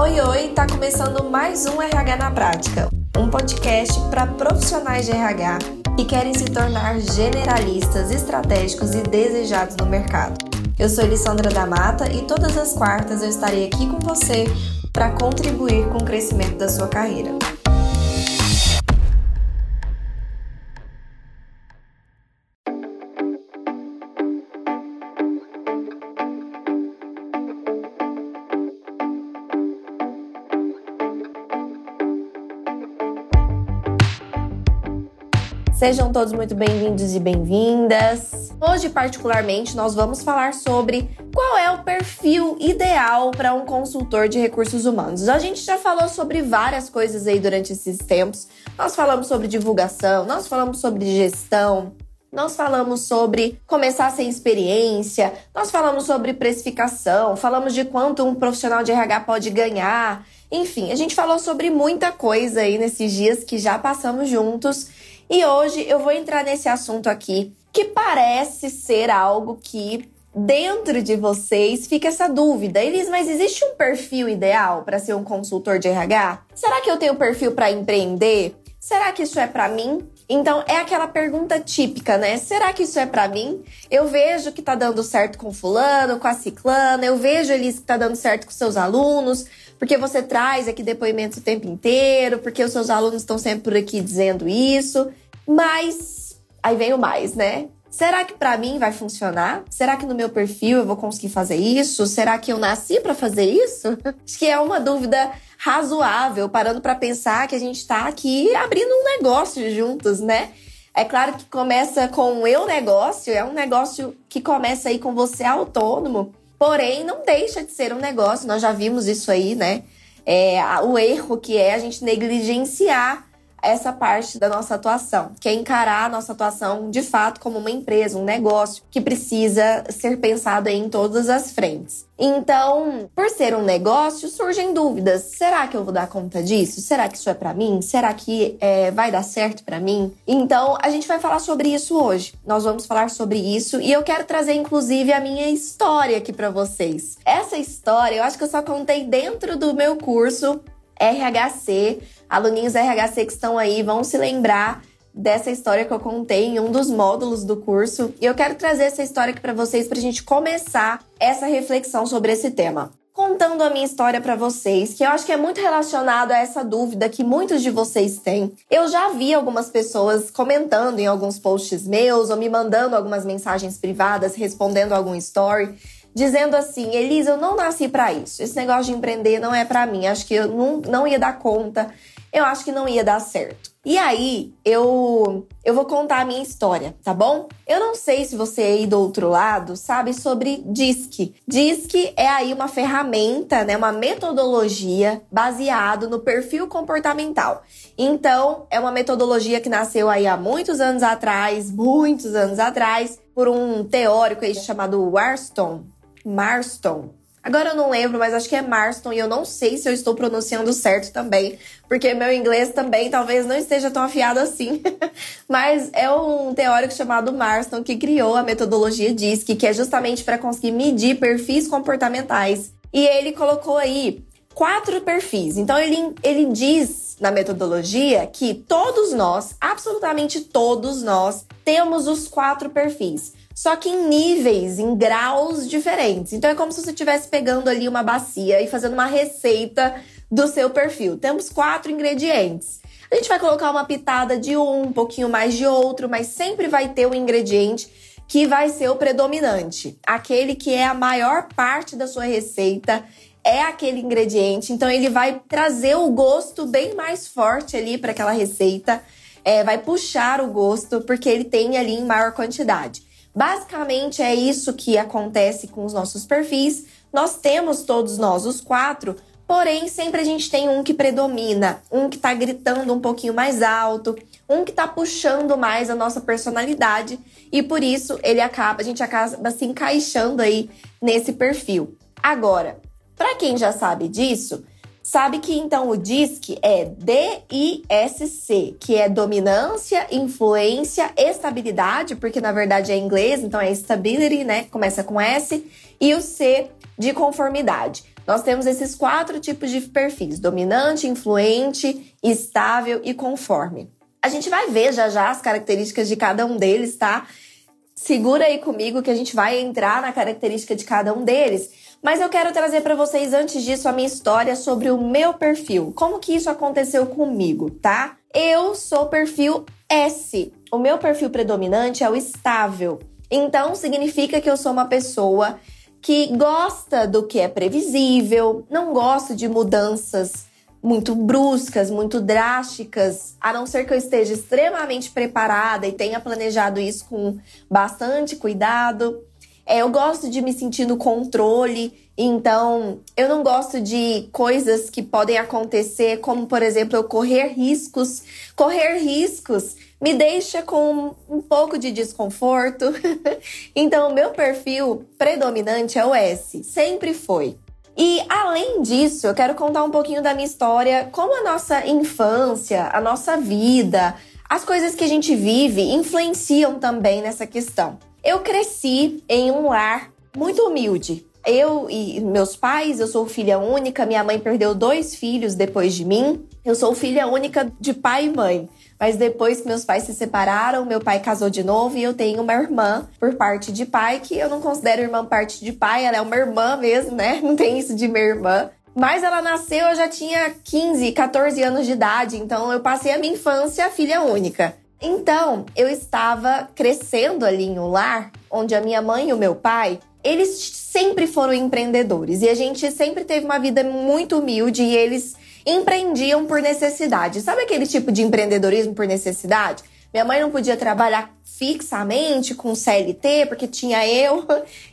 Oi, oi! Tá começando mais um RH na Prática, um podcast para profissionais de RH que querem se tornar generalistas, estratégicos e desejados no mercado. Eu sou Elissandra da Mata e todas as quartas eu estarei aqui com você para contribuir com o crescimento da sua carreira. Sejam todos muito bem-vindos e bem-vindas. Hoje, particularmente, nós vamos falar sobre qual é o perfil ideal para um consultor de recursos humanos. A gente já falou sobre várias coisas aí durante esses tempos. Nós falamos sobre divulgação, nós falamos sobre gestão, nós falamos sobre começar sem experiência, nós falamos sobre precificação, falamos de quanto um profissional de RH pode ganhar. Enfim, a gente falou sobre muita coisa aí nesses dias que já passamos juntos. E hoje eu vou entrar nesse assunto aqui, que parece ser algo que dentro de vocês fica essa dúvida. Elis, mas existe um perfil ideal para ser um consultor de RH? Será que eu tenho perfil para empreender? Será que isso é para mim? Então, é aquela pergunta típica, né? Será que isso é pra mim? Eu vejo que tá dando certo com fulano, com a ciclana, eu vejo, Elis, que tá dando certo com seus alunos, porque você traz aqui depoimentos o tempo inteiro, porque os seus alunos estão sempre por aqui dizendo isso. Mas, aí vem o mais, né? Será que pra mim vai funcionar? Será que no meu perfil eu vou conseguir fazer isso? Será que eu nasci pra fazer isso? Acho que é uma dúvida razoável, parando pra pensar que a gente tá aqui abrindo um negócio juntos, né? É claro que começa com o eu negócio, é um negócio que começa aí com você autônomo, porém não deixa de ser um negócio, nós já vimos isso aí, né? O erro que é a gente negligenciar essa parte da nossa atuação, que é encarar a nossa atuação de fato como uma empresa, um negócio que precisa ser pensado aí em todas as frentes. Então, por ser um negócio, surgem dúvidas. Será que eu vou dar conta disso? Será que isso é pra mim? Será que vai dar certo pra mim? Então, a gente vai falar sobre isso hoje. Nós vamos falar sobre isso e eu quero trazer, inclusive, a minha história aqui pra vocês. Essa história, eu acho que eu só contei dentro do meu curso RHC. Aluninhos RHC que estão aí vão se lembrar dessa história que eu contei em um dos módulos do curso. E eu quero trazer essa história aqui para vocês para a gente começar essa reflexão sobre esse tema. Contando a minha história para vocês, que eu acho que é muito relacionado a essa dúvida que muitos de vocês têm. Eu já vi algumas pessoas comentando em alguns posts meus ou me mandando algumas mensagens privadas, respondendo algum story, dizendo assim: Elis, eu não nasci pra isso. Esse negócio de empreender não é pra mim. Acho que eu não ia dar conta. Eu acho que não ia dar certo. E aí, eu vou contar a minha história, tá bom? Eu não sei se você aí do outro lado sabe sobre DISC. DISC é aí uma ferramenta, né, uma metodologia baseada no perfil comportamental. Então, é uma metodologia que nasceu aí há muitos anos atrás, por um teórico aí chamado Marston. Agora eu não lembro, mas acho que é Marston e eu não sei se eu estou pronunciando certo também, porque meu inglês também talvez não esteja tão afiado assim. Mas é um teórico chamado Marston que criou a metodologia DISC, que é justamente para conseguir medir perfis comportamentais. E ele colocou aí 4 perfis. Então ele diz na metodologia que todos nós, absolutamente todos nós, temos os 4 perfis. Só que em níveis, em graus diferentes. Então é como se você estivesse pegando ali uma bacia e fazendo uma receita do seu perfil. Temos 4 ingredientes. A gente vai colocar uma pitada de um pouquinho mais de outro, mas sempre vai ter um ingrediente que vai ser o predominante. Aquele que é a maior parte da sua receita é aquele ingrediente. Então ele vai trazer o gosto bem mais forte ali para aquela receita. Vai puxar o gosto porque ele tem ali em maior quantidade. Basicamente é isso que acontece com os nossos perfis. Nós temos todos nós os 4, porém sempre a gente tem um que predomina, um que tá gritando um pouquinho mais alto, um que tá puxando mais a nossa personalidade e por isso a gente acaba se encaixando aí nesse perfil. Agora, para quem já sabe disso, sabe que então o DISC é DISC, que é dominância, influência, estabilidade, porque na verdade é em inglês, então é stability, né? Começa com S. E o C de conformidade. Nós temos esses 4 tipos de perfis: dominante, influente, estável e conforme. A gente vai ver já já as características de cada um deles, tá? Segura aí comigo que a gente vai entrar na característica de cada um deles. Mas eu quero trazer para vocês, antes disso, a minha história sobre o meu perfil. Como que isso aconteceu comigo, tá? Eu sou perfil S. O meu perfil predominante é o estável. Então, significa que eu sou uma pessoa que gosta do que é previsível, não gosto de mudanças muito bruscas, muito drásticas, a não ser que eu esteja extremamente preparada e tenha planejado isso com bastante cuidado. Eu gosto de me sentir no controle, então eu não gosto de coisas que podem acontecer, como, por exemplo, eu correr riscos. Correr riscos me deixa com um pouco de desconforto. Então, o meu perfil predominante é o S, sempre foi. E, além disso, eu quero contar um pouquinho da minha história, como a nossa infância, a nossa vida, as coisas que a gente vive influenciam também nessa questão. Eu cresci em um lar muito humilde. Eu e meus pais, eu sou filha única, minha mãe perdeu 2 filhos depois de mim. Eu sou filha única de pai e mãe. Mas depois que meus pais se separaram, meu pai casou de novo e eu tenho uma irmã por parte de pai, que eu não considero irmã por parte de pai, ela é uma irmã mesmo, né? Não tem isso de minha irmã. Mas ela nasceu, eu já tinha 15, 14 anos de idade, então eu passei a minha infância filha única. Então, eu estava crescendo ali em um lar onde a minha mãe e o meu pai, eles sempre foram empreendedores. E a gente sempre teve uma vida muito humilde e eles empreendiam por necessidade. Sabe aquele tipo de empreendedorismo por necessidade? Minha mãe não podia trabalhar fixamente com CLT, porque tinha eu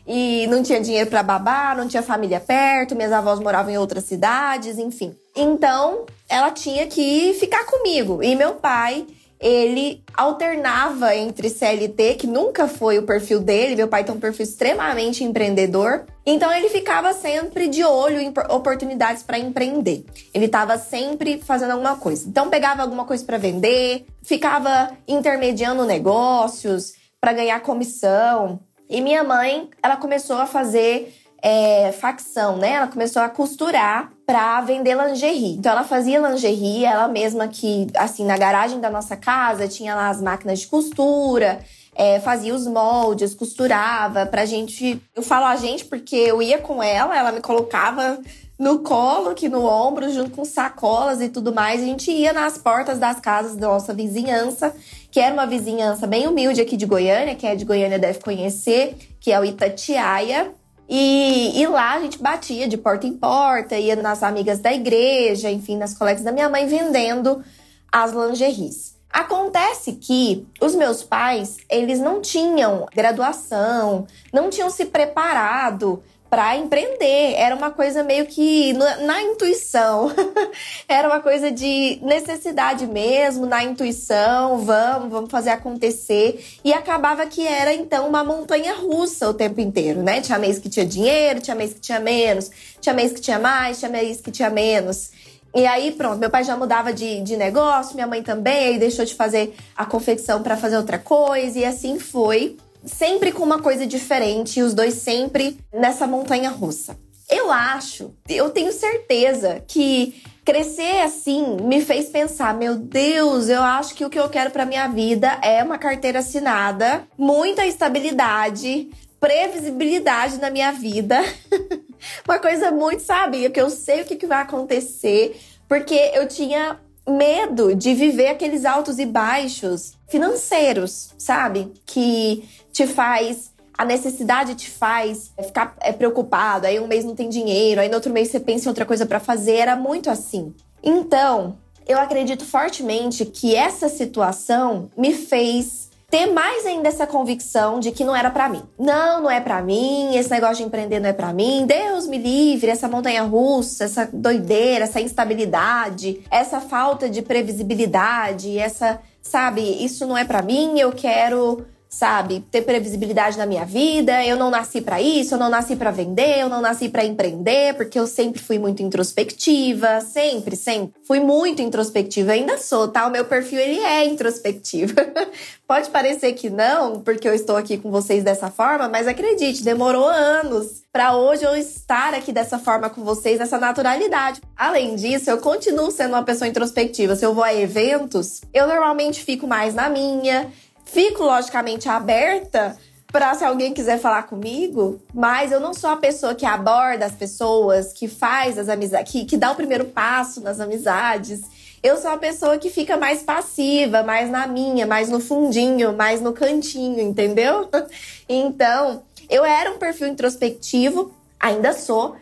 e não tinha dinheiro para babar, não tinha família perto, minhas avós moravam em outras cidades, enfim. Então, ela tinha que ficar comigo. E meu pai, ele alternava entre CLT, que nunca foi o perfil dele, meu pai tem um perfil extremamente empreendedor, então ele ficava sempre de olho em oportunidades para empreender. Ele estava sempre fazendo alguma coisa. Então pegava alguma coisa para vender, ficava intermediando negócios para ganhar comissão. E minha mãe, ela começou a fazer facção, né? Ela começou a costurar pra vender lingerie. Então ela fazia lingerie, ela mesma que, assim, na garagem da nossa casa, tinha lá as máquinas de costura, fazia os moldes, costurava pra gente. Eu falo a gente porque eu ia com ela me colocava no colo, aqui no ombro, junto com sacolas e tudo mais. A gente ia nas portas das casas da nossa vizinhança, que era uma vizinhança bem humilde aqui de Goiânia, quem é de Goiânia deve conhecer, que é o Itatiaia. E lá a gente batia de porta em porta, ia nas amigas da igreja, enfim, nas colegas da minha mãe vendendo as lingeries. Acontece que os meus pais, eles não tinham graduação, não tinham se preparado para empreender. Era uma coisa meio que na intuição. Era uma coisa de necessidade mesmo, na intuição, vamos fazer acontecer. E acabava que era, então, uma montanha-russa o tempo inteiro, né? Tinha mês que tinha dinheiro, tinha mês que tinha menos, tinha mês que tinha mais, tinha mês que tinha menos. E aí, pronto, meu pai já mudava de negócio, minha mãe também, aí deixou de fazer a confecção para fazer outra coisa, e assim foi. Sempre com uma coisa diferente, e os dois sempre nessa montanha-russa. Eu tenho certeza que crescer assim me fez pensar, meu Deus, eu acho que o que eu quero pra minha vida é uma carteira assinada, muita estabilidade, previsibilidade na minha vida. Uma coisa muito, sabe, que eu sei o que vai acontecer, porque eu tinha medo de viver aqueles altos e baixos financeiros, sabe? Que a necessidade te faz ficar preocupado. Aí um mês não tem dinheiro, aí no outro mês você pensa em outra coisa pra fazer. Era muito assim. Então, eu acredito fortemente que essa situação me fez ter mais ainda essa convicção de que não era pra mim. Não é pra mim, esse negócio de empreender não é pra mim. Deus me livre, essa montanha-russa, essa doideira, essa instabilidade, essa falta de previsibilidade, sabe, isso não é pra mim, eu quero sabe? Ter previsibilidade na minha vida. Eu não nasci pra isso, eu não nasci pra vender, eu não nasci pra empreender, porque eu sempre fui muito introspectiva, sempre fui muito introspectiva, ainda sou, tá? O meu perfil, ele é introspectivo. Pode parecer que não, porque eu estou aqui com vocês dessa forma, mas acredite, demorou anos pra hoje eu estar aqui dessa forma com vocês, nessa naturalidade. Além disso, eu continuo sendo uma pessoa introspectiva. Se eu vou a eventos, eu normalmente fico mais na minha. Fico, logicamente, aberta para se alguém quiser falar comigo, mas eu não sou a pessoa que aborda as pessoas, que faz as amizades, que dá o primeiro passo nas amizades. Eu sou a pessoa que fica mais passiva, mais na minha, mais no fundinho, mais no cantinho, entendeu? Então, eu era um perfil introspectivo, ainda sou,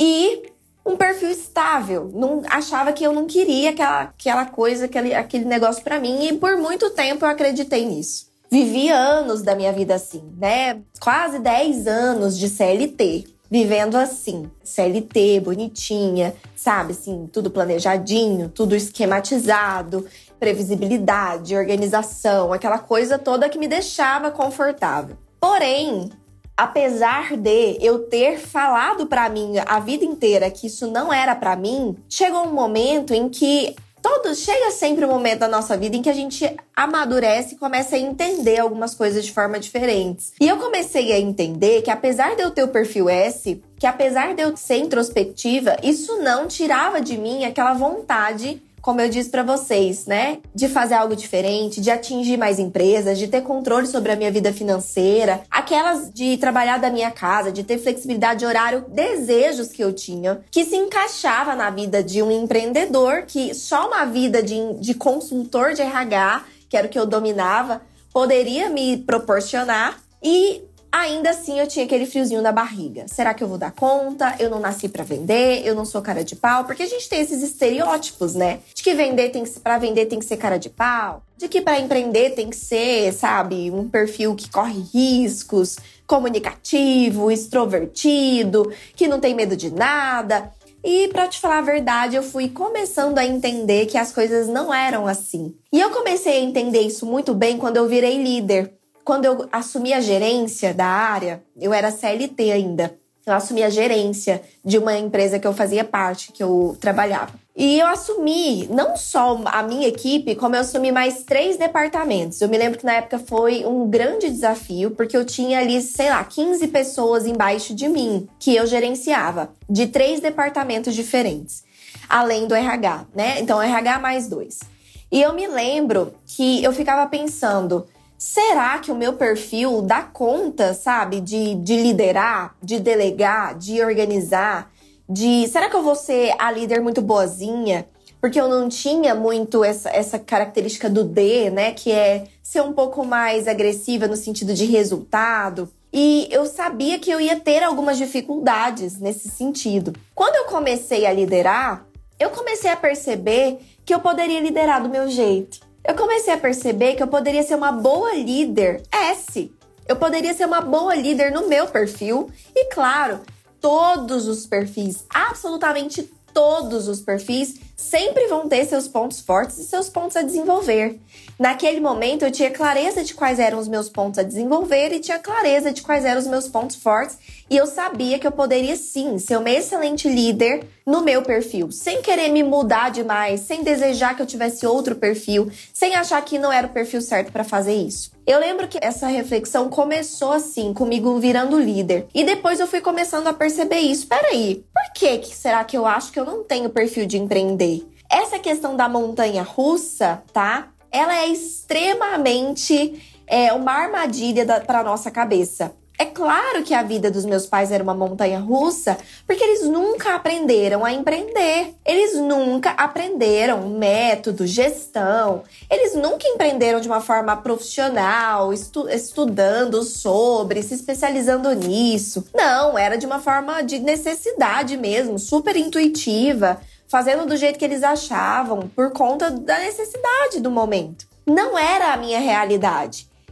e um perfil estável. Não, achava que eu não queria aquela coisa, aquele negócio pra mim. E por muito tempo eu acreditei nisso. Vivi anos da minha vida assim, né? Quase 10 anos de CLT. Vivendo assim. CLT, bonitinha, sabe? Assim, tudo planejadinho, tudo esquematizado. Previsibilidade, organização. Aquela coisa toda que me deixava confortável. Porém, apesar de eu ter falado pra mim a vida inteira que isso não era pra mim, chegou um momento em que chega sempre um momento da nossa vida em que a gente amadurece e começa a entender algumas coisas de forma diferentes. E eu comecei a entender que apesar de eu ter o perfil S, que apesar de eu ser introspectiva, isso não tirava de mim aquela vontade, como eu disse pra vocês, né? De fazer algo diferente, de atingir mais empresas, de ter controle sobre a minha vida financeira, aquelas de trabalhar da minha casa, de ter flexibilidade de horário, desejos que eu tinha, que se encaixava na vida de um empreendedor, que só uma vida de consultor de RH, que era o que eu dominava, poderia me proporcionar. E ainda assim eu tinha aquele friozinho na barriga. Será que eu vou dar conta? Eu não nasci pra vender, eu não sou cara de pau. Porque a gente tem esses estereótipos, né? De que pra vender tem que ser cara de pau. De que pra empreender tem que ser, sabe, um perfil que corre riscos, comunicativo, extrovertido, que não tem medo de nada. E pra te falar a verdade, eu fui começando a entender que as coisas não eram assim. E eu comecei a entender isso muito bem quando eu virei líder. Quando eu assumi a gerência da área, eu era CLT ainda. Eu assumi a gerência de uma empresa que eu fazia parte, que eu trabalhava. E eu assumi não só a minha equipe, como eu assumi mais 3 departamentos. Eu me lembro que na época foi um grande desafio, porque eu tinha ali, 15 pessoas embaixo de mim, que eu gerenciava, de 3 departamentos diferentes, além do RH, né? Então, RH mais 2. E eu me lembro que eu ficava pensando, será que o meu perfil dá conta, sabe, de liderar, de delegar, de organizar? Será que eu vou ser a líder muito boazinha? Porque eu não tinha muito essa característica do D, né? Que é ser um pouco mais agressiva no sentido de resultado. E eu sabia que eu ia ter algumas dificuldades nesse sentido. Quando eu comecei a liderar, eu comecei a perceber que eu poderia liderar do meu jeito. Eu comecei a perceber que eu poderia ser uma boa líder S. Eu poderia ser uma boa líder no meu perfil. E claro, todos os perfis, absolutamente todos os perfis, sempre vão ter seus pontos fortes e seus pontos a desenvolver. Naquele momento, eu tinha clareza de quais eram os meus pontos a desenvolver e tinha clareza de quais eram os meus pontos fortes. E eu sabia que eu poderia, sim, ser uma excelente líder no meu perfil, sem querer me mudar demais, sem desejar que eu tivesse outro perfil, sem achar que não era o perfil certo para fazer isso. Eu lembro que essa reflexão começou assim, comigo virando líder. E depois eu fui começando a perceber isso. Peraí, por que será que eu acho que eu não tenho perfil de empreender? Essa questão da montanha-russa, tá? Ela é extremamente uma armadilha para nossa cabeça. É claro que a vida dos meus pais era uma montanha-russa, porque eles nunca aprenderam a empreender. Eles nunca aprenderam método, gestão. Eles nunca empreenderam de uma forma profissional, estudando sobre, se especializando nisso. Não, era de uma forma de necessidade mesmo, super intuitiva, fazendo do jeito que eles achavam, por conta da necessidade do momento. Não era a minha realidade.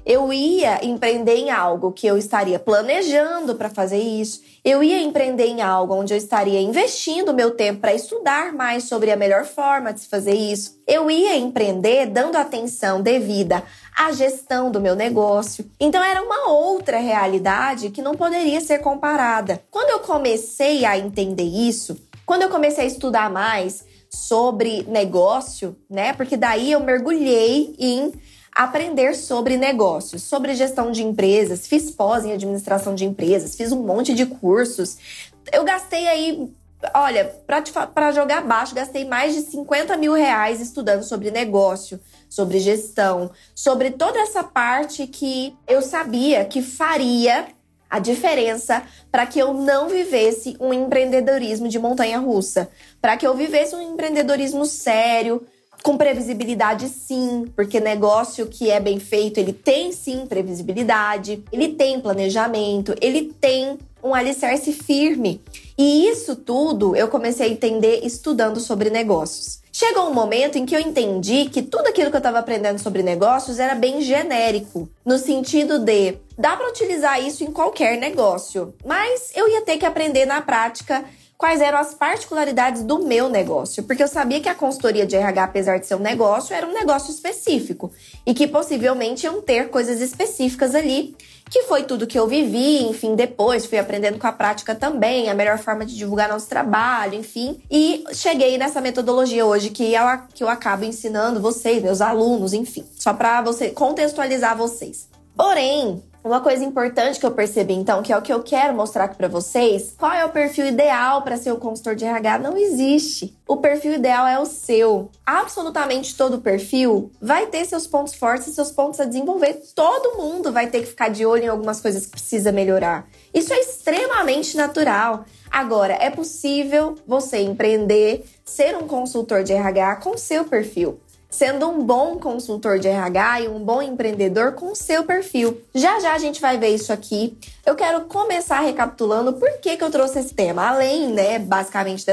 Eu ia empreender em algo que eu estaria planejando para fazer isso. Eu ia empreender em algo onde eu estaria investindo meu tempo para estudar mais sobre a melhor forma de se fazer isso. Eu ia empreender dando atenção devida à gestão do meu negócio. Então era uma outra realidade que não poderia ser comparada. Quando eu comecei a entender isso, quando eu comecei a estudar mais sobre negócio, né? Porque daí eu mergulhei em aprender sobre negócios, sobre gestão de empresas, fiz pós em administração de empresas, fiz um monte de cursos. Eu gastei aí, olha, para jogar baixo, gastei mais de 50 mil reais estudando sobre negócio, sobre gestão, sobre toda essa parte que eu sabia que faria a diferença para que eu não vivesse um empreendedorismo de montanha-russa, para que eu vivesse um empreendedorismo sério, com previsibilidade sim, porque negócio que é bem feito, ele tem sim previsibilidade, ele tem planejamento, ele tem um alicerce firme. E isso tudo eu comecei a entender estudando sobre negócios. Chegou um momento em que eu entendi que tudo aquilo que eu estava aprendendo sobre negócios era bem genérico, no sentido de dá para utilizar isso em qualquer negócio, mas eu ia ter que aprender na prática quais eram as particularidades do meu negócio, porque eu sabia que a consultoria de RH, apesar de ser um negócio, era um negócio específico e que possivelmente iam ter coisas específicas ali, que foi tudo que eu vivi, enfim, depois fui aprendendo com a prática também, a melhor forma de divulgar nosso trabalho, enfim, e cheguei nessa metodologia hoje que eu acabo ensinando vocês, meus alunos, enfim, só para você contextualizar vocês. Porém, uma coisa importante que eu percebi, então, que é o que eu quero mostrar aqui pra vocês, qual é o perfil ideal para ser um consultor de RH? Não existe. O perfil ideal é o seu. Absolutamente todo perfil vai ter seus pontos fortes e seus pontos a desenvolver. Todo mundo vai ter que ficar de olho em algumas coisas que precisa melhorar. Isso é extremamente natural. Agora, é possível você empreender, ser um consultor de RH com seu perfil, sendo um bom consultor de RH e um bom empreendedor com o seu perfil. Já já a gente vai ver isso aqui. Eu quero começar recapitulando por que eu trouxe esse tema. Além, né, basicamente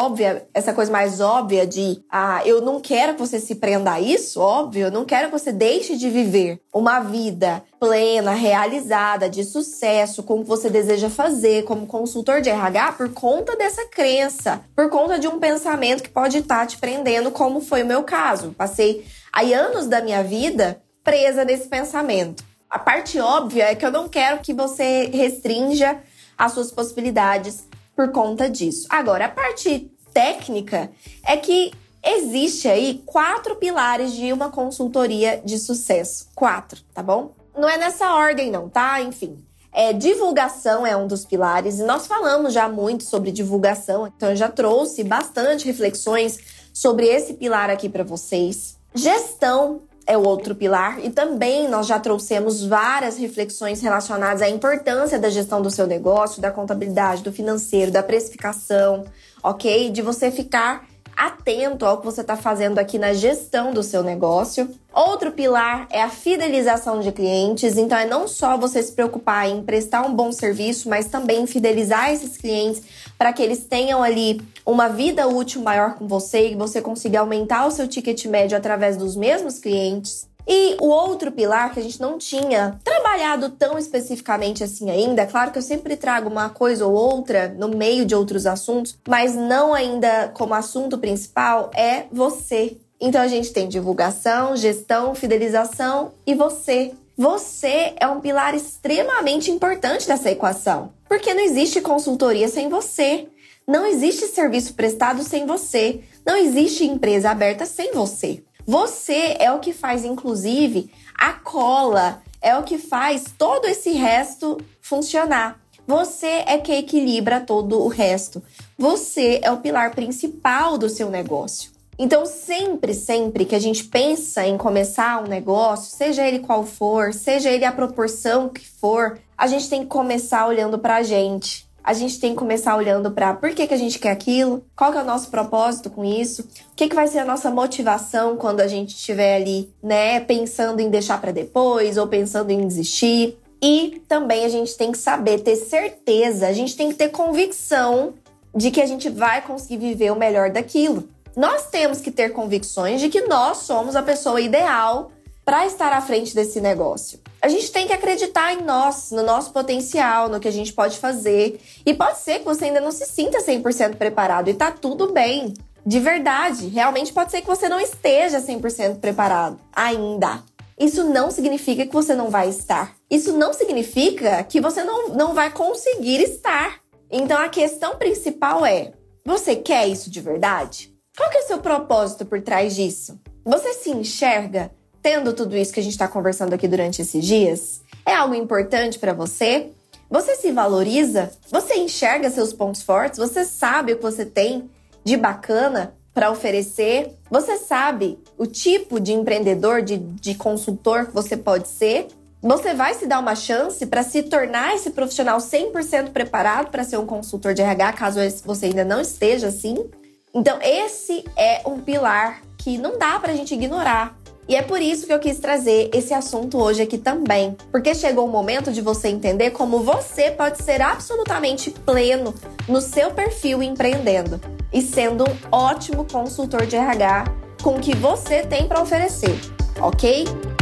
essa coisa mais óbvia de eu não quero que você se prenda a isso, óbvio, eu não quero que você deixe de viver uma vida plena, realizada, de sucesso, com o que você deseja fazer como consultor de RH por conta dessa crença, por conta de um pensamento que pode estar te prendendo, como foi o meu caso. Passei aí anos da minha vida presa nesse pensamento. A parte óbvia é que eu não quero que você restrinja as suas possibilidades por conta disso. Agora, a parte técnica é que existe aí 4 pilares de uma consultoria de sucesso. 4, tá bom? Não é nessa ordem não, tá? Enfim, divulgação é um dos pilares e nós falamos já muito sobre divulgação, então eu já trouxe bastante reflexões sobre esse pilar aqui para vocês. Gestão é o outro pilar e também nós já trouxemos várias reflexões relacionadas à importância da gestão do seu negócio, da contabilidade, do financeiro, da precificação, ok? De você ficar atento ao que você está fazendo aqui na gestão do seu negócio. Outro pilar é a fidelização de clientes, então é não só você se preocupar em prestar um bom serviço, mas também fidelizar esses clientes para que eles tenham ali uma vida útil maior com você e você consiga aumentar o seu ticket médio através dos mesmos clientes. E o outro pilar que a gente não tinha trabalhado tão especificamente assim ainda, claro que eu sempre trago uma coisa ou outra no meio de outros assuntos, mas não ainda como assunto principal, é você. Então a gente tem divulgação, gestão, fidelização e você. Você é um pilar extremamente importante dessa equação, porque não existe consultoria sem você. Não existe serviço prestado sem você. Não existe empresa aberta sem você. Você é o que faz, inclusive, a cola, é o que faz todo esse resto funcionar. Você é que equilibra todo o resto. Você é o pilar principal do seu negócio. Então, sempre que a gente pensa em começar um negócio, seja ele qual for, seja ele a proporção que for, a gente tem que começar olhando pra gente. A gente tem que começar olhando para por que a gente quer aquilo, qual que é o nosso propósito com isso, o que vai ser a nossa motivação quando a gente estiver ali, né, pensando em deixar para depois ou pensando em desistir. E também a gente tem que saber, ter certeza, a gente tem que ter convicção de que a gente vai conseguir viver o melhor daquilo. Nós temos que ter convicções de que nós somos a pessoa ideal para estar à frente desse negócio. A gente tem que acreditar em nós, no nosso potencial, no que a gente pode fazer. E pode ser que você ainda não se sinta 100% preparado e tá tudo bem. De verdade, realmente pode ser que você não esteja 100% preparado ainda. Isso não significa que você não vai estar. Isso não significa que você não vai conseguir estar. Então a questão principal é, você quer isso de verdade? Qual que é o seu propósito por trás disso? Você se enxerga tendo tudo isso que a gente está conversando aqui durante esses dias? É algo importante para você? Você se valoriza? Você enxerga seus pontos fortes? Você sabe o que você tem de bacana para oferecer? Você sabe o tipo de empreendedor, de consultor que você pode ser? Você vai se dar uma chance para se tornar esse profissional 100% preparado para ser um consultor de RH, caso você ainda não esteja assim? Então, esse é um pilar que não dá pra gente ignorar. E é por isso que eu quis trazer esse assunto hoje aqui também. Porque chegou o momento de você entender como você pode ser absolutamente pleno no seu perfil empreendendo e sendo um ótimo consultor de RH com o que você tem para oferecer, ok?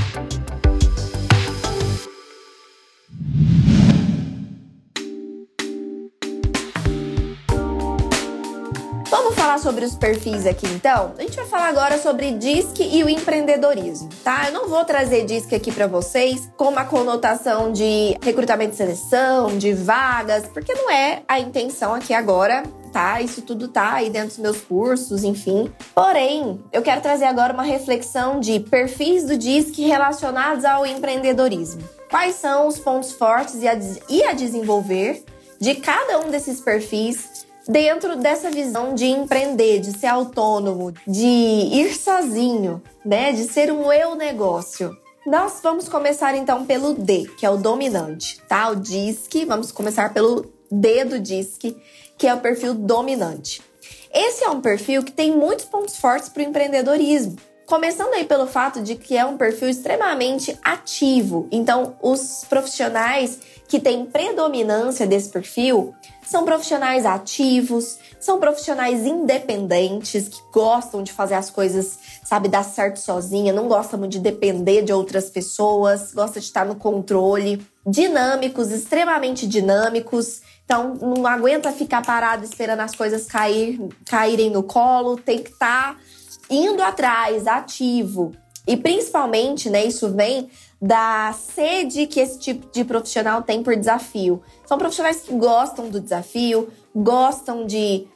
Vamos falar sobre os perfis aqui, então? A gente vai falar agora sobre DISC e o empreendedorismo, tá? Eu não vou trazer DISC aqui pra vocês com uma conotação de recrutamento e seleção, de vagas, porque não é a intenção aqui agora, tá? Isso tudo tá aí dentro dos meus cursos, enfim. Porém, eu quero trazer agora uma reflexão de perfis do DISC relacionados ao empreendedorismo. Quais são os pontos fortes e a desenvolver de cada um desses perfis dentro dessa visão de empreender, de ser autônomo, de ir sozinho, né? De ser um eu negócio. Nós vamos começar então pelo D, que é o dominante, tá? O DISC, vamos começar pelo D do DISC, que é o perfil dominante. Esse é um perfil que tem muitos pontos fortes para o empreendedorismo. Começando aí pelo fato de que é um perfil extremamente ativo. Então, os profissionais que têm predominância desse perfil são profissionais ativos, são profissionais independentes, que gostam de fazer as coisas, sabe, dar certo sozinha, não gostam muito de depender de outras pessoas, gostam de estar no controle, dinâmicos, extremamente dinâmicos. Então, não aguenta ficar parado esperando as coisas caírem no colo, tem que estar indo atrás, ativo. E principalmente, né, isso vem da sede que esse tipo de profissional tem por desafio. São profissionais que gostam do desafio, gostam de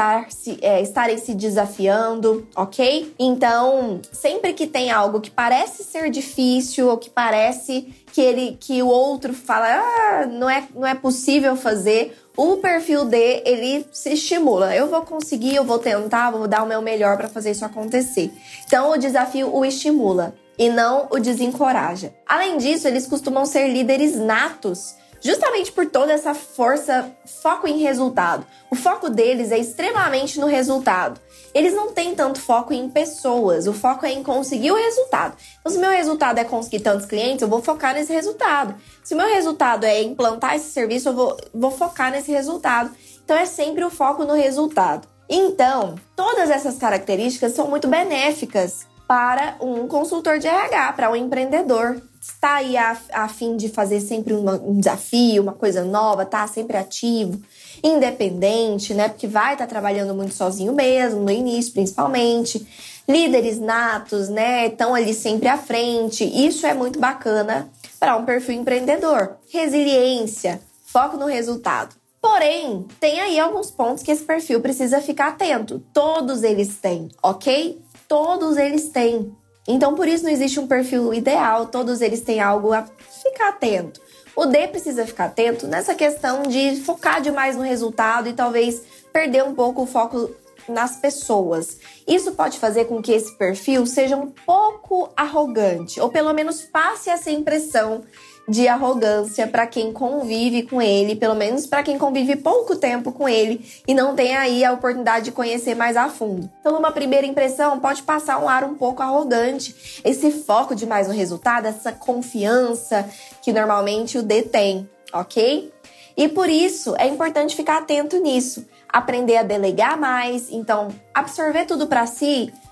estarem se desafiando, ok? Então, sempre que tem algo que parece ser difícil ou que parece que o outro fala, não é possível fazer, o perfil D, ele se estimula. Eu vou conseguir, eu vou tentar, vou dar o meu melhor para fazer isso acontecer. Então, o desafio o estimula e não o desencoraja. Além disso, eles costumam ser líderes natos, justamente por toda essa força, foco em resultado. O foco deles é extremamente no resultado. Eles não têm tanto foco em pessoas, o foco é em conseguir o resultado. Então, se o meu resultado é conseguir tantos clientes, eu vou focar nesse resultado. Se o meu resultado é implantar esse serviço, eu vou focar nesse resultado. Então, é sempre o foco no resultado. Então, todas essas características são muito benéficas para um consultor de RH, para um empreendedor. Está aí a fim de fazer sempre um desafio, uma coisa nova, tá sempre ativo, independente, né? Porque vai estar trabalhando muito sozinho mesmo, no início principalmente. Líderes natos, né? Estão ali sempre à frente. Isso é muito bacana para um perfil empreendedor. Resiliência, foco no resultado. Porém, tem aí alguns pontos que esse perfil precisa ficar atento. Todos eles têm, ok? Todos eles têm. Então, por isso não existe um perfil ideal, todos eles têm algo a ficar atento. O D precisa ficar atento nessa questão de focar demais no resultado e talvez perder um pouco o foco nas pessoas. Isso pode fazer com que esse perfil seja um pouco arrogante, ou pelo menos passe essa impressão de arrogância para quem convive com ele, pelo menos para quem convive pouco tempo com ele e não tem aí a oportunidade de conhecer mais a fundo. Então, numa primeira impressão, pode passar um ar um pouco arrogante, esse foco demais no resultado, essa confiança que normalmente o D tem, ok? E por isso, é importante ficar atento nisso, aprender a delegar mais, então, absorver tudo para si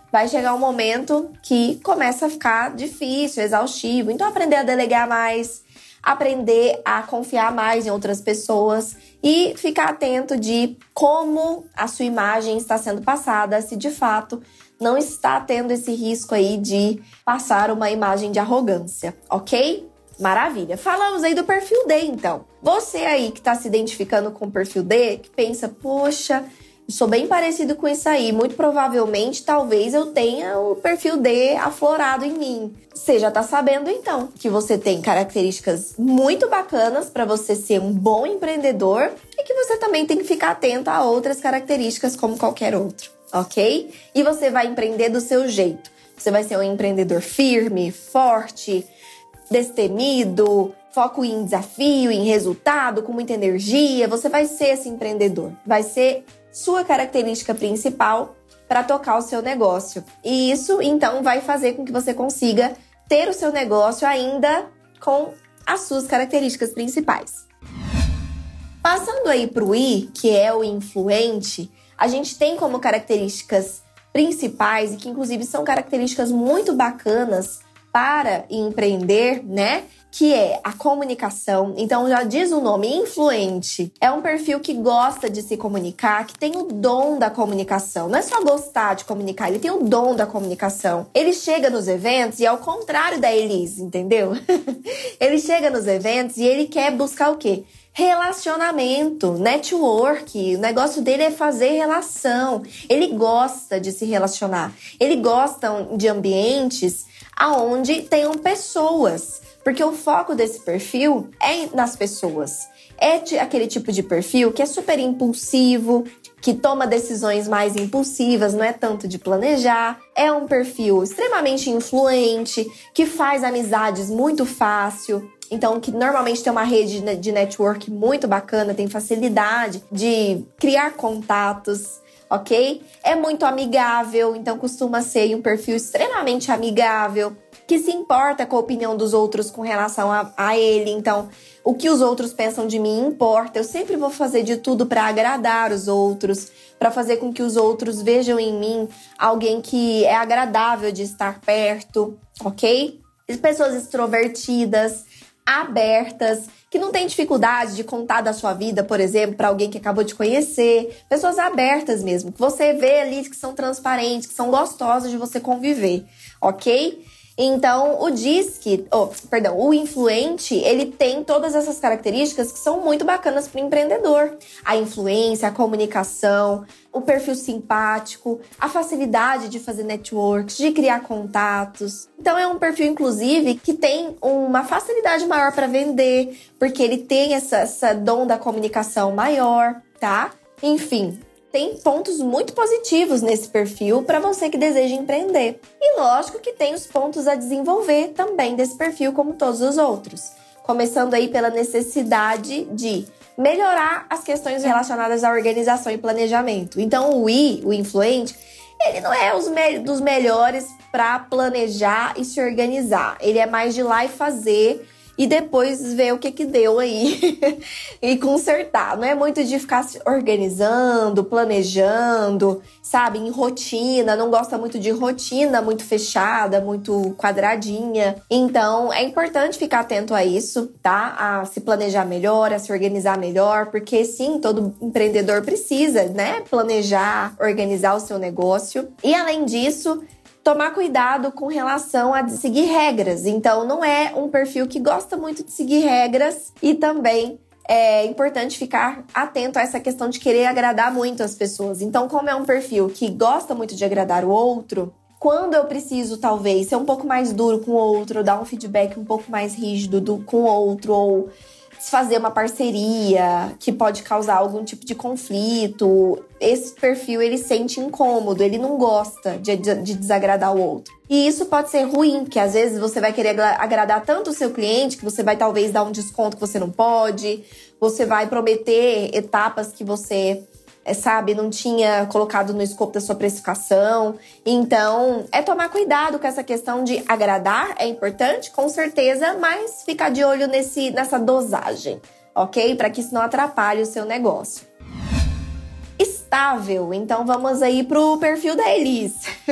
vai chegar um momento que começa a ficar difícil, exaustivo. Então, aprender a delegar mais, aprender a confiar mais em outras pessoas e ficar atento de como a sua imagem está sendo passada, se de fato não está tendo esse risco aí de passar uma imagem de arrogância, ok? Maravilha. Falamos aí do perfil D, então. Você aí que está se identificando com o perfil D, que pensa, poxa, sou bem parecido com isso aí. Muito provavelmente, talvez eu tenha o perfil D aflorado em mim. Você já tá sabendo, então, que você tem características muito bacanas para você ser um bom empreendedor e que você também tem que ficar atento a outras características como qualquer outro, ok? E você vai empreender do seu jeito. Você vai ser um empreendedor firme, forte, destemido, foco em desafio, em resultado, com muita energia. Você vai ser esse empreendedor. Vai ser sua característica principal para tocar o seu negócio. E isso, então, vai fazer com que você consiga ter o seu negócio ainda com as suas características principais. Passando aí para o I, que é o influente, a gente tem como características principais e que, inclusive, são características muito bacanas para empreender, né? Que é a comunicação. Então, já diz o nome, influente. É um perfil que gosta de se comunicar, que tem o dom da comunicação. Não é só gostar de comunicar, ele tem o dom da comunicação. Ele chega nos eventos e ao contrário da Elise, entendeu? Ele chega nos eventos e ele quer buscar o quê? Relacionamento, network. O negócio dele é fazer relação. Ele gosta de se relacionar. Ele gosta de ambientes aonde tenham pessoas. Porque o foco desse perfil é nas pessoas. É aquele tipo de perfil que é super impulsivo, que toma decisões mais impulsivas, não é tanto de planejar. É um perfil extremamente influente, que faz amizades muito fácil. Então, que normalmente tem uma rede de network muito bacana, tem facilidade de criar contatos, ok? É muito amigável, então costuma ser um perfil extremamente amigável, que se importa com a opinião dos outros com relação a ele. Então, o que os outros pensam de mim importa. Eu sempre vou fazer de tudo para agradar os outros, para fazer com que os outros vejam em mim alguém que é agradável de estar perto, ok? Pessoas extrovertidas, abertas, que não tem dificuldade de contar da sua vida, por exemplo, para alguém que acabou de conhecer. Pessoas abertas mesmo, que você vê ali que são transparentes, que são gostosas de você conviver, ok? Então, o influente, ele tem todas essas características que são muito bacanas para o empreendedor. A influência, a comunicação, o perfil simpático, a facilidade de fazer networks, de criar contatos. Então, é um perfil, inclusive, que tem uma facilidade maior para vender, porque ele tem essa dom da comunicação maior, tá? Enfim, tem pontos muito positivos nesse perfil para você que deseja empreender. E lógico que tem os pontos a desenvolver também desse perfil, como todos os outros. Começando aí pela necessidade de melhorar as questões relacionadas à organização e planejamento. Então o I, o influente, ele não é dos melhores para planejar e se organizar. Ele é mais de ir lá e fazer e depois ver o que deu aí e consertar. Não é muito de ficar se organizando, planejando, sabe? Em rotina, não gosta muito de rotina muito fechada, muito quadradinha. Então, é importante ficar atento a isso, tá? A se planejar melhor, a se organizar melhor, porque sim, todo empreendedor precisa, né? Planejar, organizar o seu negócio. E além disso, tomar cuidado com relação a seguir regras. Então, não é um perfil que gosta muito de seguir regras e também é importante ficar atento a essa questão de querer agradar muito as pessoas. Então, como é um perfil que gosta muito de agradar o outro, quando eu preciso, talvez, ser um pouco mais duro com o outro, dar um feedback um pouco mais rígido com o outro, ou fazer uma parceria que pode causar algum tipo de conflito, esse perfil ele sente incômodo, ele não gosta de desagradar o outro. E isso pode ser ruim, porque às vezes você vai querer agradar tanto o seu cliente que você vai talvez dar um desconto que você não pode, você vai prometer etapas que você não tinha colocado no escopo da sua precificação. Então, é tomar cuidado com essa questão de agradar, é importante, com certeza, mas ficar de olho nessa dosagem, ok? Para que isso não atrapalhe o seu negócio. confortável. Então vamos aí pro perfil da Elis.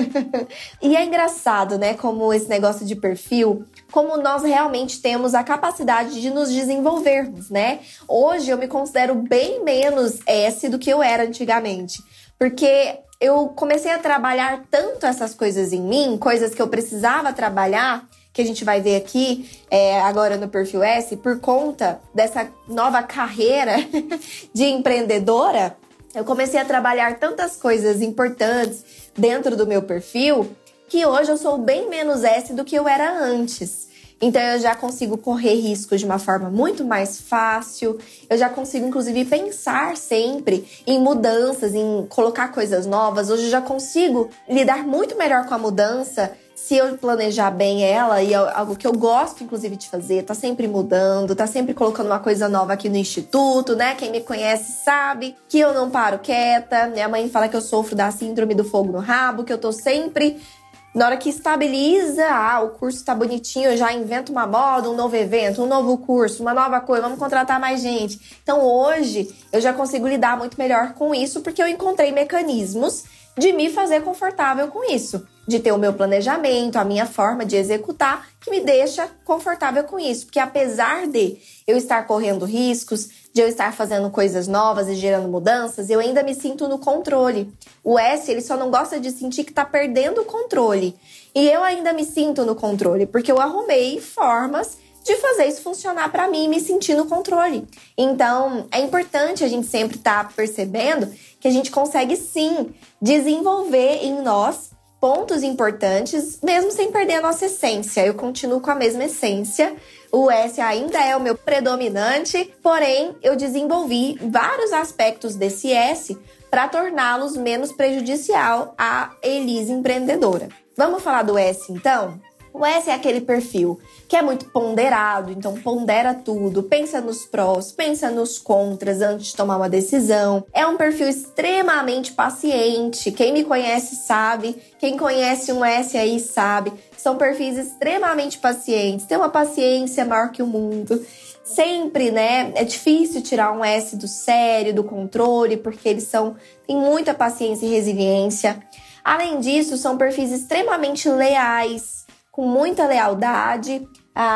E é engraçado, né, como esse negócio de perfil, como nós realmente temos a capacidade de nos desenvolvermos, né? Hoje eu me considero bem menos S do que eu era antigamente, porque eu comecei a trabalhar tanto essas coisas em mim, coisas que eu precisava trabalhar, que a gente vai ver aqui agora no perfil S, por conta dessa nova carreira de empreendedora. Eu comecei a trabalhar tantas coisas importantes dentro do meu perfil, que hoje eu sou bem menos S do que eu era antes. Então eu já consigo correr riscos de uma forma muito mais fácil. Eu já consigo, inclusive, pensar sempre em mudanças, em colocar coisas novas. Hoje eu já consigo lidar muito melhor com a mudança se eu planejar bem ela, e é algo que eu gosto, inclusive, de fazer. Tá sempre mudando, tá sempre colocando uma coisa nova aqui no instituto, né? Quem me conhece sabe que eu não paro quieta. Minha mãe fala que eu sofro da síndrome do fogo no rabo, que eu tô sempre... Na hora que estabiliza, o curso tá bonitinho, eu já invento uma moda, um novo evento, um novo curso, uma nova coisa, vamos contratar mais gente. Então hoje eu já consigo lidar muito melhor com isso, porque eu encontrei mecanismos de me fazer confortável com isso. De ter o meu planejamento, a minha forma de executar, que me deixa confortável com isso. Porque apesar de eu estar correndo riscos, de eu estar fazendo coisas novas e gerando mudanças, eu ainda me sinto no controle. O S, ele só não gosta de sentir que tá perdendo o controle. E eu ainda me sinto no controle, porque eu arrumei formas de fazer isso funcionar para mim e me sentir no controle. Então, é importante a gente sempre estar percebendo que a gente consegue sim desenvolver em nós pontos importantes, mesmo sem perder a nossa essência. Eu continuo com a mesma essência. O S ainda é o meu predominante, porém, eu desenvolvi vários aspectos desse S para torná-los menos prejudicial à Elis empreendedora. Vamos falar do S, então? O S é aquele perfil que é muito ponderado, então pondera tudo, pensa nos prós, pensa nos contras antes de tomar uma decisão. É um perfil extremamente paciente. Quem me conhece sabe, quem conhece um S aí sabe. São perfis extremamente pacientes, tem uma paciência maior que o mundo. Sempre, né? É difícil tirar um S do sério, do controle, porque eles têm muita paciência e resiliência. Além disso, são perfis extremamente leais, com muita lealdade,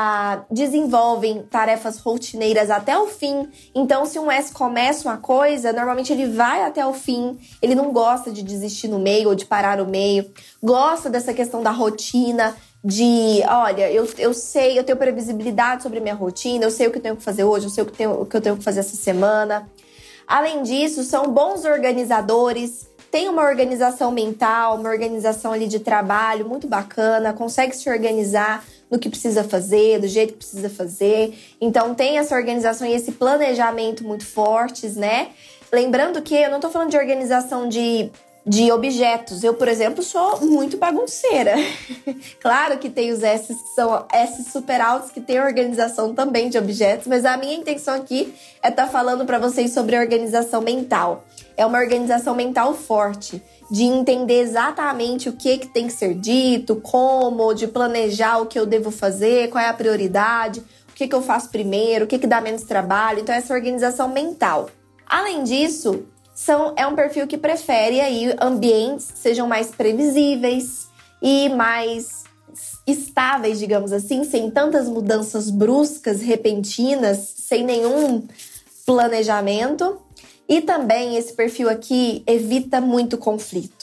desenvolvem tarefas rotineiras até o fim. Então, se um S começa uma coisa, normalmente ele vai até o fim. Ele não gosta de desistir no meio ou de parar no meio. Gosta dessa questão da rotina, olha, eu sei, eu tenho previsibilidade sobre a minha rotina, eu sei o que eu tenho que fazer hoje, eu sei o que eu tenho que fazer essa semana. Além disso, são bons organizadores, tem uma organização mental, uma organização ali de trabalho muito bacana, consegue se organizar no que precisa fazer, do jeito que precisa fazer. Então tem essa organização e esse planejamento muito fortes, né? Lembrando que eu não tô falando de organização de objetos. Eu, por exemplo, sou muito bagunceira. Claro que tem os S que são S super altos, que tem organização também de objetos, mas a minha intenção aqui é estar falando para vocês sobre organização mental. É uma organização mental forte, de entender exatamente o que tem que ser dito, como, de planejar o que eu devo fazer, qual é a prioridade, o que eu faço primeiro, o que dá menos trabalho. Então, essa organização mental. Além disso, é um perfil que prefere aí ambientes que sejam mais previsíveis e mais estáveis, digamos assim, sem tantas mudanças bruscas, repentinas, sem nenhum planejamento. E também esse perfil aqui evita muito conflito.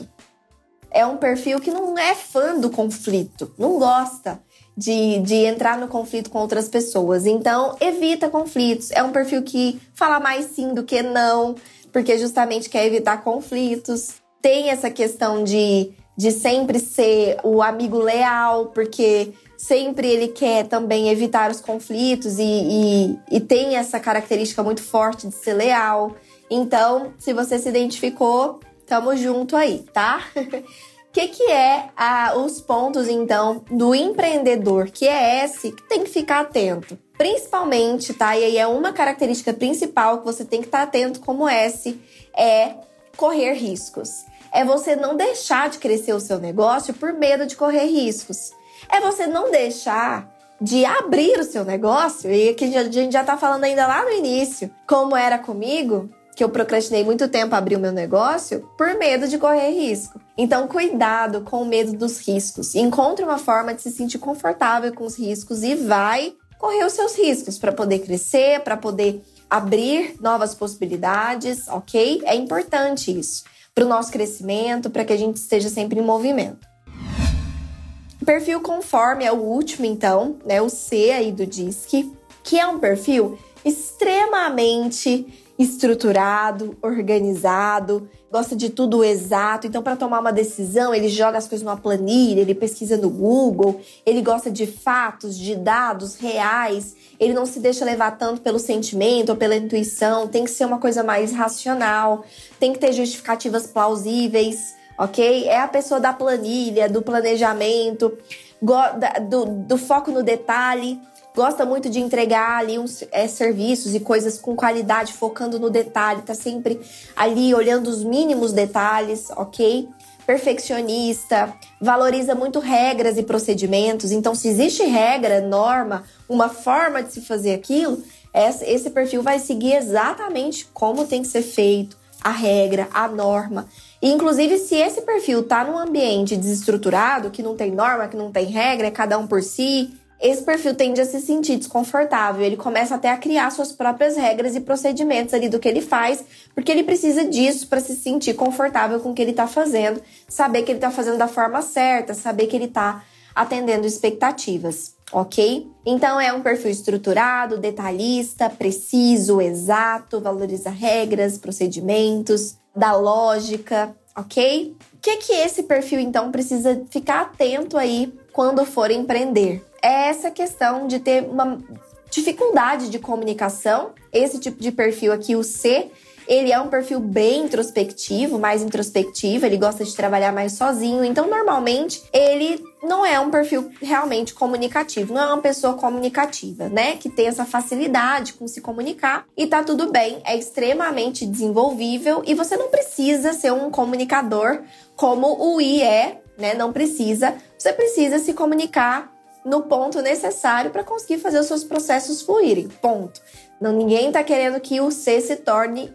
É um perfil que não é fã do conflito, não gosta de entrar no conflito com outras pessoas. Então, evita conflitos. É um perfil que fala mais sim do que não, porque justamente quer evitar conflitos. Tem essa questão de sempre ser o amigo leal, porque sempre ele quer também evitar os conflitos e tem essa característica muito forte de ser leal. Então, se você se identificou, tamo junto aí, tá? O que é os pontos, então, do empreendedor, que é esse, que tem que ficar atento? Principalmente, tá? E aí é uma característica principal que você tem que estar atento como S, é correr riscos. É você não deixar de crescer o seu negócio por medo de correr riscos. É você não deixar de abrir o seu negócio, e que a gente já tá falando ainda lá no início, como era comigo. que eu procrastinei muito tempo a abrir o meu negócio por medo de correr risco. Então, cuidado com o medo dos riscos. Encontre uma forma de se sentir confortável com os riscos e vai correr os seus riscos para poder crescer, para poder abrir novas possibilidades, ok? É importante isso para o nosso crescimento, para que a gente esteja sempre em movimento. O perfil conforme é o último, então, né? O C aí do DISC, que é um perfil extremamente estruturado, organizado, gosta de tudo exato. Então, para tomar uma decisão, ele joga as coisas numa planilha, ele pesquisa no Google, ele gosta de fatos, de dados reais, ele não se deixa levar tanto pelo sentimento ou pela intuição, tem que ser uma coisa mais racional, tem que ter justificativas plausíveis, ok? É a pessoa da planilha, do planejamento, do foco no detalhe. Gosta muito de entregar ali uns serviços e coisas com qualidade, focando no detalhe, tá sempre ali olhando os mínimos detalhes, ok? Perfeccionista, valoriza muito regras e procedimentos. Então, se existe regra, norma, uma forma de se fazer aquilo, esse perfil vai seguir exatamente como tem que ser feito, a regra, a norma. E, inclusive, se esse perfil tá num ambiente desestruturado, que não tem norma, que não tem regra, é cada um por si, esse perfil tende a se sentir desconfortável, ele começa até a criar suas próprias regras e procedimentos ali do que ele faz, porque ele precisa disso para se sentir confortável com o que ele está fazendo, saber que ele está fazendo da forma certa, saber que ele está atendendo expectativas, ok? Então é um perfil estruturado, detalhista, preciso, exato, valoriza regras, procedimentos, dá lógica, ok? O que esse perfil então precisa ficar atento aí quando for empreender? É essa questão de ter uma dificuldade de comunicação. Esse tipo de perfil aqui, o C, ele é um perfil bem introspectivo, mais introspectivo, ele gosta de trabalhar mais sozinho. Então, normalmente, ele não é um perfil realmente comunicativo, não é uma pessoa comunicativa, né? Que tem essa facilidade com se comunicar e tá tudo bem, é extremamente desenvolvível e você não precisa ser um comunicador como o I é, né? Não precisa, você precisa se comunicar no ponto necessário para conseguir fazer os seus processos fluírem, ponto. Não, ninguém está querendo que o C se torne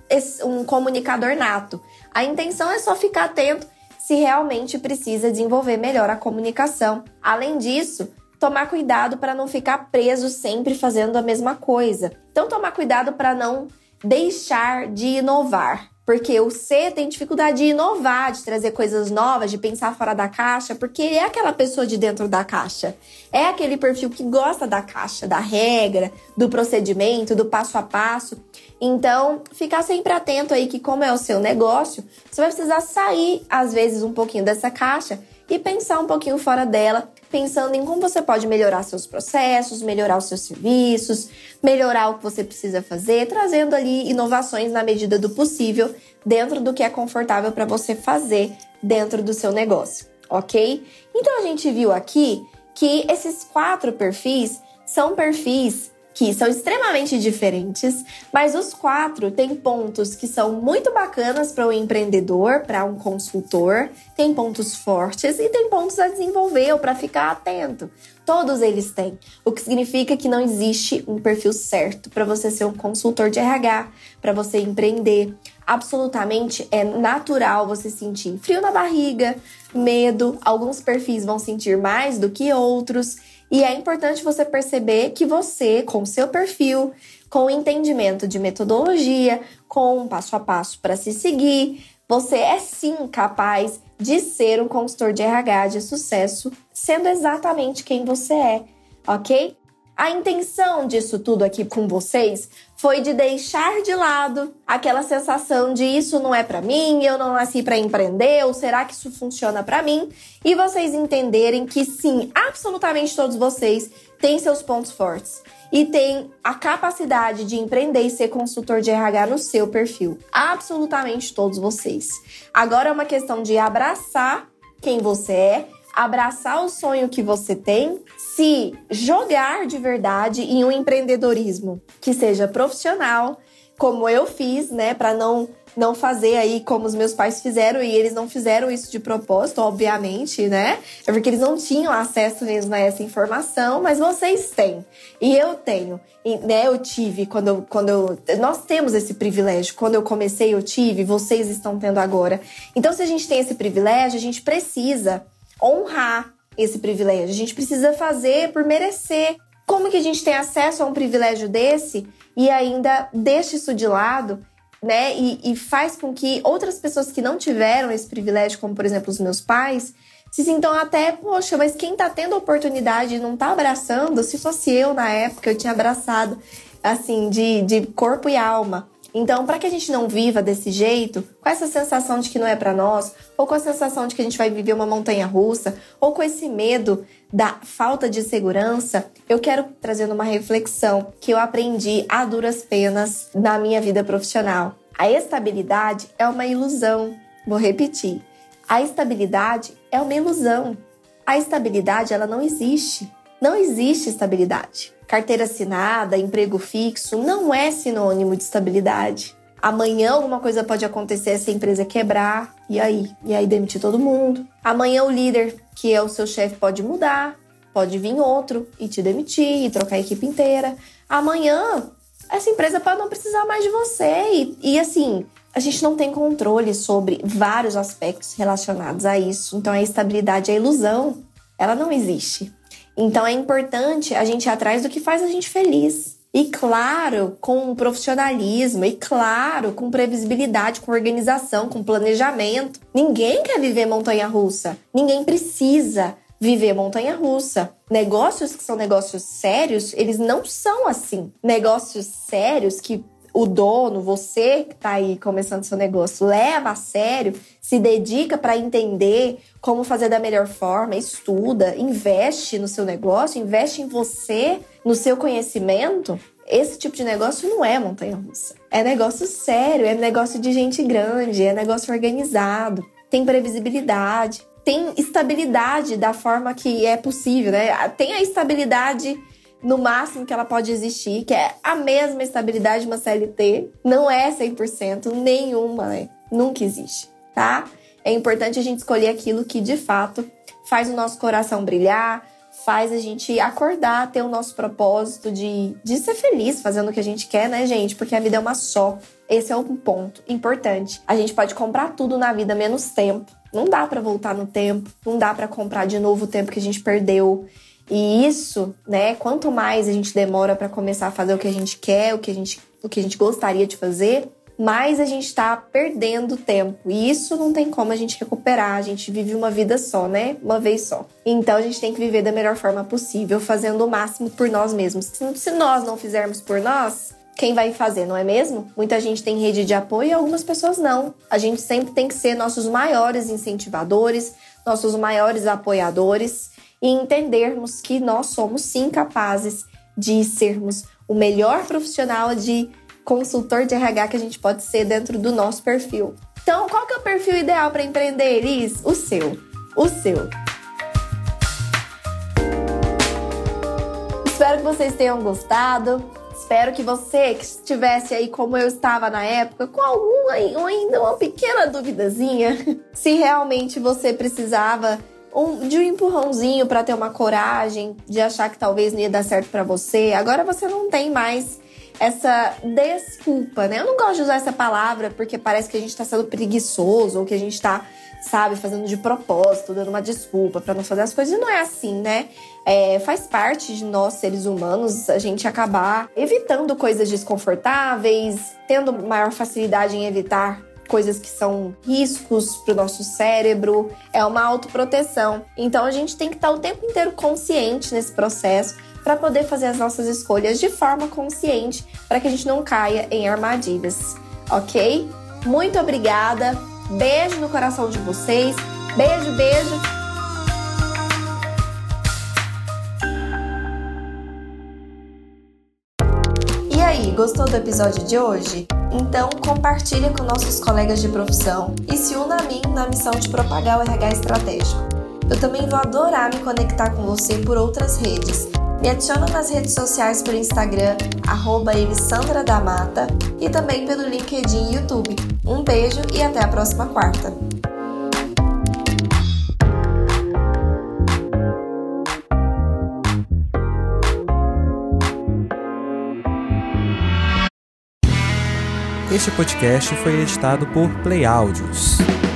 um comunicador nato. A intenção é só ficar atento se realmente precisa desenvolver melhor a comunicação. Além disso, tomar cuidado para não ficar preso sempre fazendo a mesma coisa. Então, tomar cuidado para não deixar de inovar. Porque o C tem dificuldade de inovar, de trazer coisas novas, de pensar fora da caixa, porque ele é aquela pessoa de dentro da caixa. É aquele perfil que gosta da caixa, da regra, do procedimento, do passo a passo. Então, ficar sempre atento aí que como é o seu negócio, você vai precisar sair, às vezes, um pouquinho dessa caixa e pensar um pouquinho fora dela, pensando em como você pode melhorar seus processos, melhorar os seus serviços, melhorar o que você precisa fazer, trazendo ali inovações na medida do possível, dentro do que é confortável para você fazer dentro do seu negócio, ok? Então, a gente viu aqui que esses 4 perfis são perfis que são extremamente diferentes, mas os 4 têm pontos que são muito bacanas para um empreendedor, para um consultor, tem pontos fortes e tem pontos a desenvolver ou para ficar atento. Todos eles têm, o que significa que não existe um perfil certo para você ser um consultor de RH, para você empreender. Absolutamente é natural você sentir frio na barriga, medo, alguns perfis vão sentir mais do que outros. E é importante você perceber que você, com o seu perfil, com o entendimento de metodologia, com um passo a passo para se seguir, você é sim capaz de ser um consultor de RH de sucesso, sendo exatamente quem você é, ok? A intenção disso tudo aqui com vocês foi de deixar de lado aquela sensação de isso não é pra mim, eu não nasci pra empreender, ou será que isso funciona pra mim? E vocês entenderem que sim, absolutamente todos vocês têm seus pontos fortes e têm a capacidade de empreender e ser consultor de RH no seu perfil. Absolutamente todos vocês. Agora é uma questão de abraçar quem você é, abraçar o sonho que você tem, se jogar de verdade em um empreendedorismo que seja profissional, como eu fiz, né, para não fazer aí como os meus pais fizeram, e eles não fizeram isso de propósito, obviamente, né? É porque eles não tinham acesso mesmo a essa informação, mas vocês têm. E eu tenho, né? Eu tive nós temos esse privilégio. Quando eu comecei, eu tive, vocês estão tendo agora. Então, se a gente tem esse privilégio, a gente precisa honrar esse privilégio. A gente precisa fazer por merecer. Como que a gente tem acesso a um privilégio desse e ainda deixa isso de lado, né? E faz com que outras pessoas que não tiveram esse privilégio, como por exemplo os meus pais, se sintam até, poxa, mas quem tá tendo a oportunidade e não tá abraçando, se fosse eu na época, eu tinha abraçado, assim, de corpo e alma. Então, para que a gente não viva desse jeito, com essa sensação de que não é para nós, ou com a sensação de que a gente vai viver uma montanha-russa, ou com esse medo da falta de segurança, eu quero trazer uma reflexão que eu aprendi a duras penas na minha vida profissional. A estabilidade é uma ilusão. Vou repetir. A estabilidade é uma ilusão. A estabilidade, ela não existe. Não existe estabilidade. Carteira assinada, emprego fixo, não é sinônimo de estabilidade. Amanhã alguma coisa pode acontecer se a empresa quebrar, e aí? E aí demitir todo mundo. Amanhã o líder, que é o seu chefe, pode mudar, pode vir outro e te demitir, e trocar a equipe inteira. Amanhã, essa empresa pode não precisar mais de você. E assim, a gente não tem controle sobre vários aspectos relacionados a isso. Então a estabilidade, a ilusão, ela não existe. Então é importante a gente ir atrás do que faz a gente feliz. E claro, com profissionalismo, e claro, com previsibilidade, com organização, com planejamento. Ninguém quer viver montanha-russa. Ninguém precisa viver montanha-russa. Negócios que são negócios sérios, eles não são assim. Negócios sérios que o dono, você que está aí começando seu negócio, leva a sério, se dedica para entender como fazer da melhor forma, estuda, investe no seu negócio, investe em você, no seu conhecimento. Esse tipo de negócio não é montanha-russa. É negócio sério, é negócio de gente grande, é negócio organizado, tem previsibilidade, tem estabilidade da forma que é possível, né? Tem a estabilidade no máximo que ela pode existir, que é a mesma estabilidade de uma CLT. Não é 100%, nenhuma, né? Nunca existe, tá? É importante a gente escolher aquilo que, de fato, faz o nosso coração brilhar, faz a gente acordar, ter o nosso propósito de ser feliz fazendo o que a gente quer, né, gente? Porque a vida é uma só. Esse é um ponto importante. A gente pode comprar tudo na vida, menos tempo. Não dá pra voltar no tempo, não dá pra comprar de novo o tempo que a gente perdeu. E isso, né, quanto mais a gente demora para começar a fazer o que a gente quer, o que a gente gostaria de fazer, mais a gente tá perdendo tempo. E isso não tem como a gente recuperar. A gente vive uma vida só, né? Uma vez só. Então a gente tem que viver da melhor forma possível, fazendo o máximo por nós mesmos. Se nós não fizermos por nós, quem vai fazer, não é mesmo? Muita gente tem rede de apoio e algumas pessoas não. A gente sempre tem que ser nossos maiores incentivadores, nossos maiores apoiadores, e entendermos que nós somos sim capazes de sermos o melhor profissional de consultor de RH que a gente pode ser dentro do nosso perfil. Então, qual que é o perfil ideal para empreender, Elis? O seu. O seu. Espero que vocês tenham gostado. Espero que você que estivesse aí como eu estava na época, com ainda uma pequena duvidazinha, se realmente você precisava de um empurrãozinho para ter uma coragem de achar que talvez não ia dar certo para você. Agora você não tem mais essa desculpa, né? Eu não gosto de usar essa palavra porque parece que a gente tá sendo preguiçoso ou que a gente tá, sabe, fazendo de propósito, dando uma desculpa para não fazer as coisas. E não é assim, né? Faz parte de nós, seres humanos, a gente acabar evitando coisas desconfortáveis, tendo maior facilidade em evitar coisas que são riscos para o nosso cérebro, é uma autoproteção. Então a gente tem que estar o tempo inteiro consciente nesse processo para poder fazer as nossas escolhas de forma consciente, para que a gente não caia em armadilhas, ok? Muito obrigada, beijo no coração de vocês, beijo, beijo! E aí, gostou do episódio de hoje? Então compartilha com nossos colegas de profissão e se una a mim na missão de propagar o RH estratégico. Eu também vou adorar me conectar com você por outras redes. Me adiciona nas redes sociais pelo Instagram, @elissandradamata, e também pelo LinkedIn e YouTube. Um beijo e até a próxima quarta! Este podcast foi editado por Play Áudios.